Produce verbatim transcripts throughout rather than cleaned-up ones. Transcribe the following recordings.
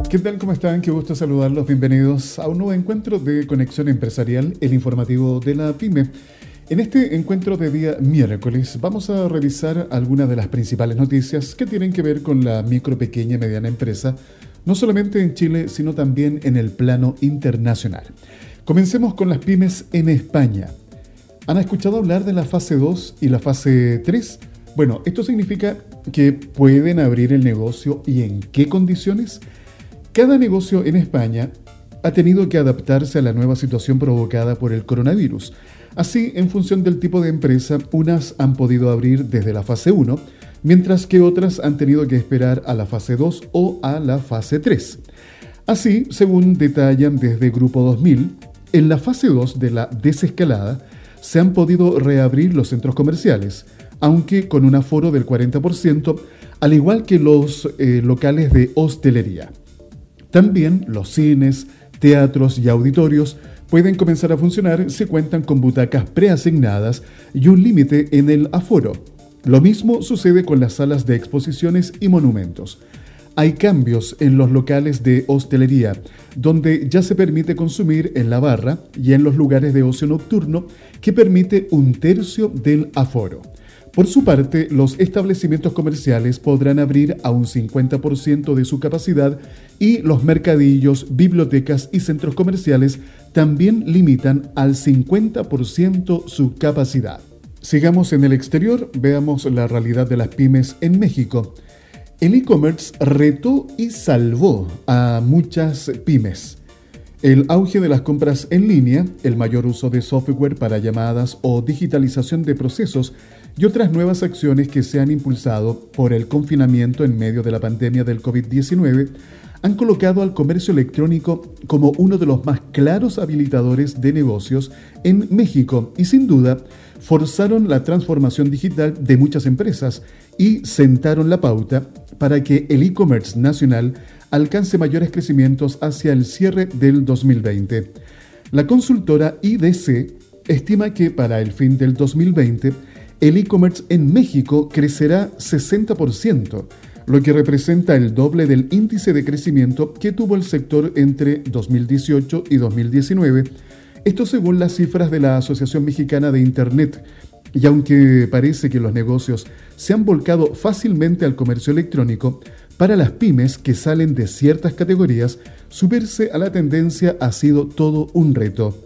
¿Qué tal? ¿Cómo están? Qué gusto saludarlos. Bienvenidos a un nuevo encuentro de Conexión Empresarial, el informativo de la PYME. En este encuentro de día miércoles vamos a revisar algunas de las principales noticias que tienen que ver con la micro, pequeña y mediana empresa, no solamente en Chile, sino también en el plano internacional. Comencemos con las pymes en España. ¿Han escuchado hablar de la fase dos y la fase tres? Bueno, esto significa que pueden abrir el negocio y en qué condiciones. Cada negocio en España ha tenido que adaptarse a la nueva situación provocada por el coronavirus. Así, en función del tipo de empresa, unas han podido abrir desde la fase uno, mientras que otras han tenido que esperar a la fase dos o a la fase tres. Así, según detallan desde Grupo dos mil, en la fase dos de la desescalada se han podido reabrir los centros comerciales, aunque con un aforo del cuarenta por ciento, al igual que los eh, locales de hostelería. También los cines, teatros y auditorios pueden comenzar a funcionar si cuentan con butacas preasignadas y un límite en el aforo. Lo mismo sucede con las salas de exposiciones y monumentos. Hay cambios en los locales de hostelería, donde ya se permite consumir en la barra y en los lugares de ocio nocturno, que permite un tercio del aforo. Por su parte, los establecimientos comerciales podrán abrir a un cincuenta por ciento de su capacidad y los mercadillos, bibliotecas y centros comerciales también limitan al cincuenta por ciento su capacidad. Sigamos en el exterior, veamos la realidad de las pymes en México. El e-commerce retó y salvó a muchas pymes. El auge de las compras en línea, el mayor uso de software para llamadas o digitalización de procesos y otras nuevas acciones que se han impulsado por el confinamiento en medio de la pandemia del covid diecinueve han colocado al comercio electrónico como uno de los más claros habilitadores de negocios en México y sin duda forzaron la transformación digital de muchas empresas y sentaron la pauta para que el e-commerce nacional alcance mayores crecimientos hacia el cierre del dos mil veinte. La consultora I D C estima que para el fin del dos mil veinte el e-commerce en México crecerá sesenta por ciento, lo que representa el doble del índice de crecimiento que tuvo el sector entre dos mil dieciocho y dos mil diecinueve, esto según las cifras de la Asociación Mexicana de Internet. Y aunque parece que los negocios se han volcado fácilmente al comercio electrónico, para las pymes que salen de ciertas categorías, subirse a la tendencia ha sido todo un reto.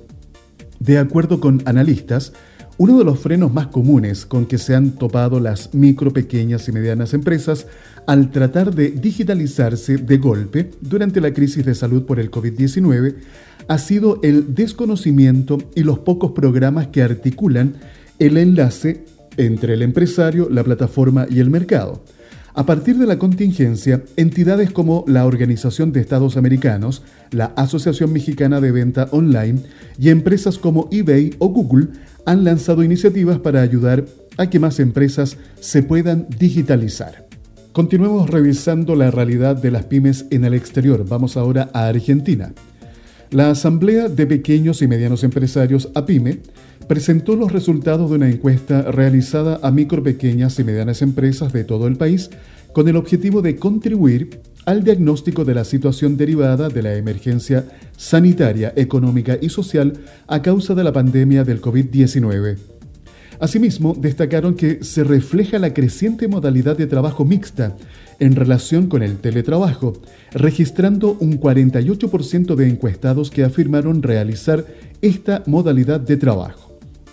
De acuerdo con analistas, uno de los frenos más comunes con que se han topado las micro, pequeñas y medianas empresas al tratar de digitalizarse de golpe durante la crisis de salud por el covid diecinueve ha sido el desconocimiento y los pocos programas que articulan el enlace entre el empresario, la plataforma y el mercado. A partir de la contingencia, entidades como la Organización de Estados Americanos, la Asociación Mexicana de Venta Online y empresas como eBay o Google han lanzado iniciativas para ayudar a que más empresas se puedan digitalizar. Continuemos revisando la realidad de las pymes en el exterior. Vamos ahora a Argentina. La Asamblea de Pequeños y Medianos Empresarios, APYME, presentó los resultados de una encuesta realizada a micro, pequeñas y medianas empresas de todo el país con el objetivo de contribuir al diagnóstico de la situación derivada de la emergencia sanitaria, económica y social a causa de la pandemia del covid diecinueve. Asimismo, destacaron que se refleja la creciente modalidad de trabajo mixta en relación con el teletrabajo, registrando un cuarenta y ocho por ciento de encuestados que afirmaron realizar esta modalidad de trabajo.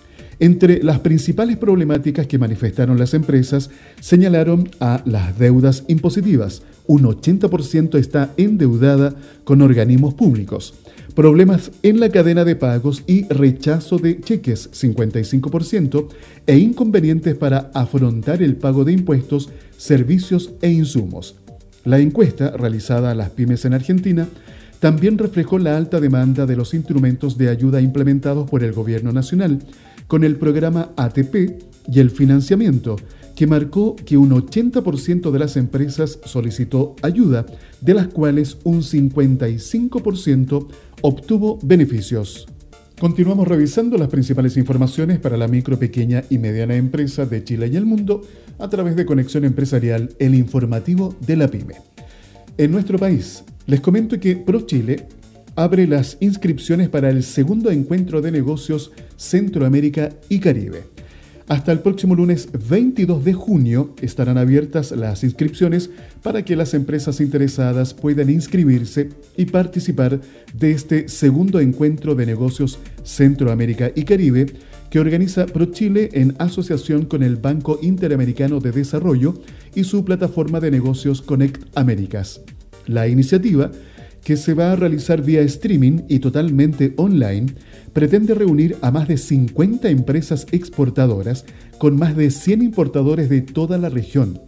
Entre las principales problemáticas que manifestaron las empresas, señalaron a las deudas impositivas. Un ochenta por ciento está endeudada con organismos públicos. Problemas en la cadena de pagos y rechazo de cheques, cincuenta y cinco por ciento, e inconvenientes para afrontar el pago de impuestos, servicios e insumos. La encuesta, realizada a las pymes en Argentina, también reflejó la alta demanda de los instrumentos de ayuda implementados por el Gobierno Nacional, con el programa A T P y el financiamiento, que marcó que un ochenta por ciento de las empresas solicitó ayuda, de las cuales un cincuenta y cinco por ciento obtuvo beneficios. Continuamos revisando las principales informaciones para la micro, pequeña y mediana empresa de Chile y el mundo a través de Conexión Empresarial, el informativo de la PYME. En nuestro país, Les comento que ProChile abre las inscripciones para el segundo encuentro de negocios Centroamérica y Caribe. Hasta el próximo lunes veintidós de junio estarán abiertas las inscripciones para que las empresas interesadas puedan inscribirse y participar de este segundo encuentro de negocios Centroamérica y Caribe que organiza ProChile en asociación con el Banco Interamericano de Desarrollo y su plataforma de negocios Connect Américas. La iniciativa, que se va a realizar vía streaming y totalmente online, pretende reunir a más de cincuenta empresas exportadoras con más de cien importadores de toda la región.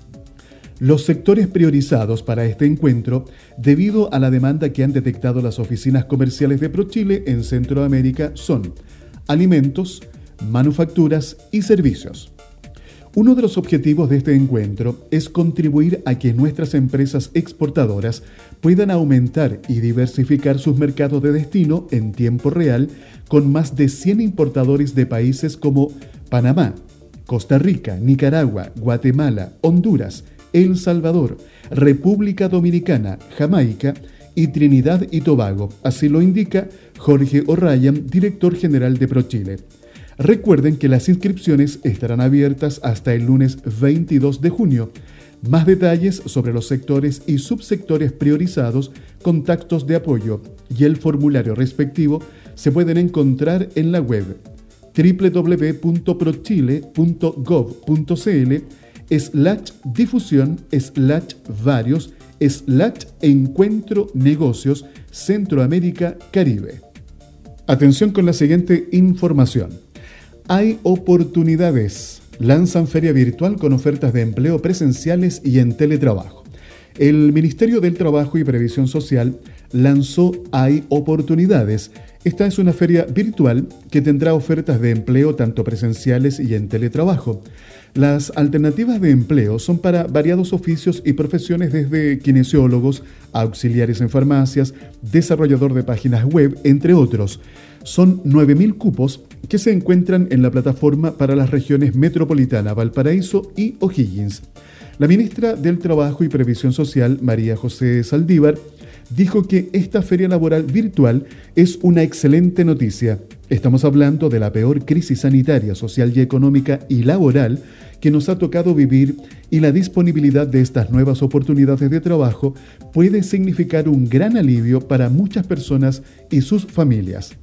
Los sectores priorizados para este encuentro, debido a la demanda que han detectado las oficinas comerciales de ProChile en Centroamérica, son alimentos, manufacturas y servicios. Uno de los objetivos de este encuentro es contribuir a que nuestras empresas exportadoras puedan aumentar y diversificar sus mercados de destino en tiempo real con más de cien importadores de países como Panamá, Costa Rica, Nicaragua, Guatemala, Honduras, El Salvador, República Dominicana, Jamaica y Trinidad y Tobago. Así lo indica Jorge O'Ryan, director general de ProChile. Recuerden que las inscripciones estarán abiertas hasta el lunes veintidós de junio. Más detalles sobre los sectores y subsectores priorizados, contactos de apoyo y el formulario respectivo se pueden encontrar en la web doble u doble u doble u punto prochile punto gov punto cl slash difusión slash varios slash encuentro negocios Centroamérica Caribe. Atención con la siguiente información. Hay oportunidades. Lanzan feria virtual con ofertas de empleo presenciales y en teletrabajo. El Ministerio del Trabajo y Previsión Social lanzó Hay Oportunidades. Esta es una feria virtual que tendrá ofertas de empleo tanto presenciales y en teletrabajo. Las alternativas de empleo son para variados oficios y profesiones desde kinesiólogos, auxiliares en farmacias, desarrollador de páginas web, entre otros. Son nueve mil cupos que se encuentran en la plataforma para las regiones metropolitana, Valparaíso y O'Higgins. La ministra del Trabajo y Previsión Social, María José Saldívar, dijo que esta feria laboral virtual es una excelente noticia. Estamos hablando de la peor crisis sanitaria, social y económica y laboral que nos ha tocado vivir, y la disponibilidad de estas nuevas oportunidades de trabajo puede significar un gran alivio para muchas personas y sus familias.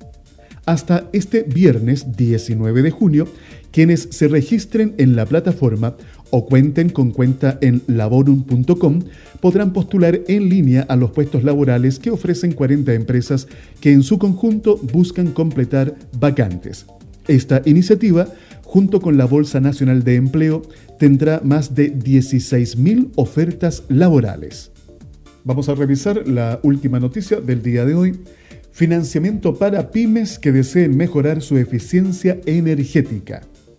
Hasta este viernes diecinueve de junio, quienes se registren en la plataforma o cuenten con cuenta en laborum punto com podrán postular en línea a los puestos laborales que ofrecen cuarenta empresas que en su conjunto buscan completar vacantes. Esta iniciativa, junto con la Bolsa Nacional de Empleo, tendrá más de dieciséis mil ofertas laborales. Vamos a revisar la última noticia del día de hoy. Financiamiento para pymes que deseen mejorar su eficiencia energética.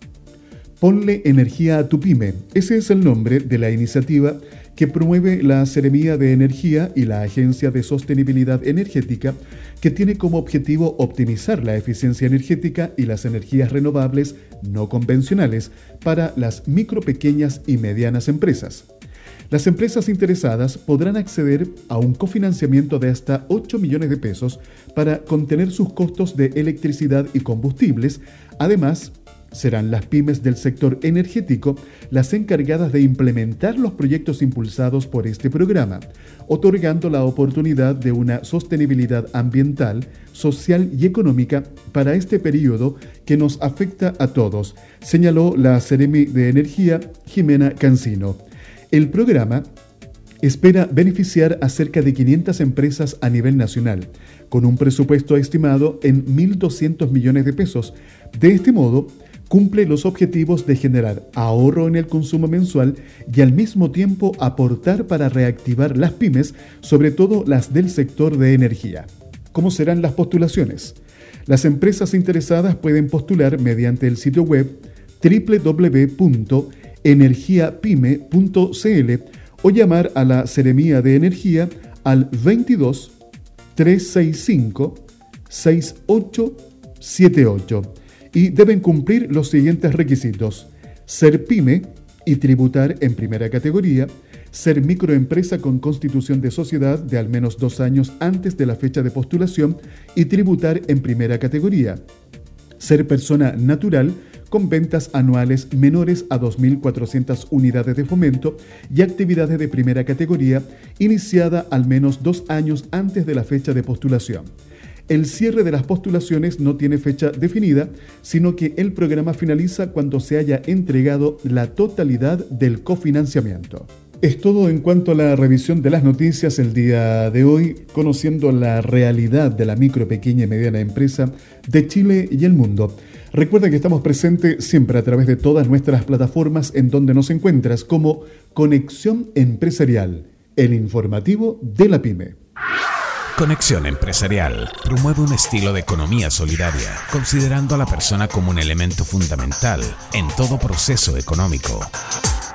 Ponle energía a tu pyme. Ese es el nombre de la iniciativa que promueve la Seremía de Energía y la Agencia de Sostenibilidad Energética, que tiene como objetivo optimizar la eficiencia energética y las energías renovables no convencionales para las micro, pequeñas y medianas empresas. Las empresas interesadas podrán acceder a un cofinanciamiento de hasta ocho millones de pesos para contener sus costos de electricidad y combustibles. Además, serán las pymes del sector energético las encargadas de implementar los proyectos impulsados por este programa, otorgando la oportunidad de una sostenibilidad ambiental, social y económica para este periodo que nos afecta a todos, señaló la Seremi de Energía, Jimena Cancino. El programa espera beneficiar a cerca de quinientas empresas a nivel nacional, con un presupuesto estimado en mil doscientos millones de pesos. De este modo, cumple los objetivos de generar ahorro en el consumo mensual y al mismo tiempo aportar para reactivar las pymes, sobre todo las del sector de energía. ¿Cómo serán las postulaciones? Las empresas interesadas pueden postular mediante el sitio web doble u doble u doble u punto energia pyme punto c l o llamar a la Seremía de Energía al veintidós, trescientos sesenta y cinco, sesenta y ocho setenta y ocho y deben cumplir los siguientes requisitos: ser pyme y tributar en primera categoría, ser microempresa con constitución de sociedad de al menos dos años antes de la fecha de postulación y tributar en primera categoría, ser persona natural con ventas anuales menores a dos mil cuatrocientas unidades de fomento y actividades de primera categoría iniciada al menos dos años antes de la fecha de postulación. El cierre de las postulaciones no tiene fecha definida, sino que el programa finaliza cuando se haya entregado la totalidad del cofinanciamiento. Es todo en cuanto a la revisión de las noticias el día de hoy, conociendo la realidad de la micro, pequeña y mediana empresa de Chile y el mundo. Recuerda que estamos presentes siempre a través de todas nuestras plataformas en donde nos encuentras como Conexión Empresarial, el informativo de la PYME. Conexión Empresarial promueve un estilo de economía solidaria, considerando a la persona como un elemento fundamental en todo proceso económico.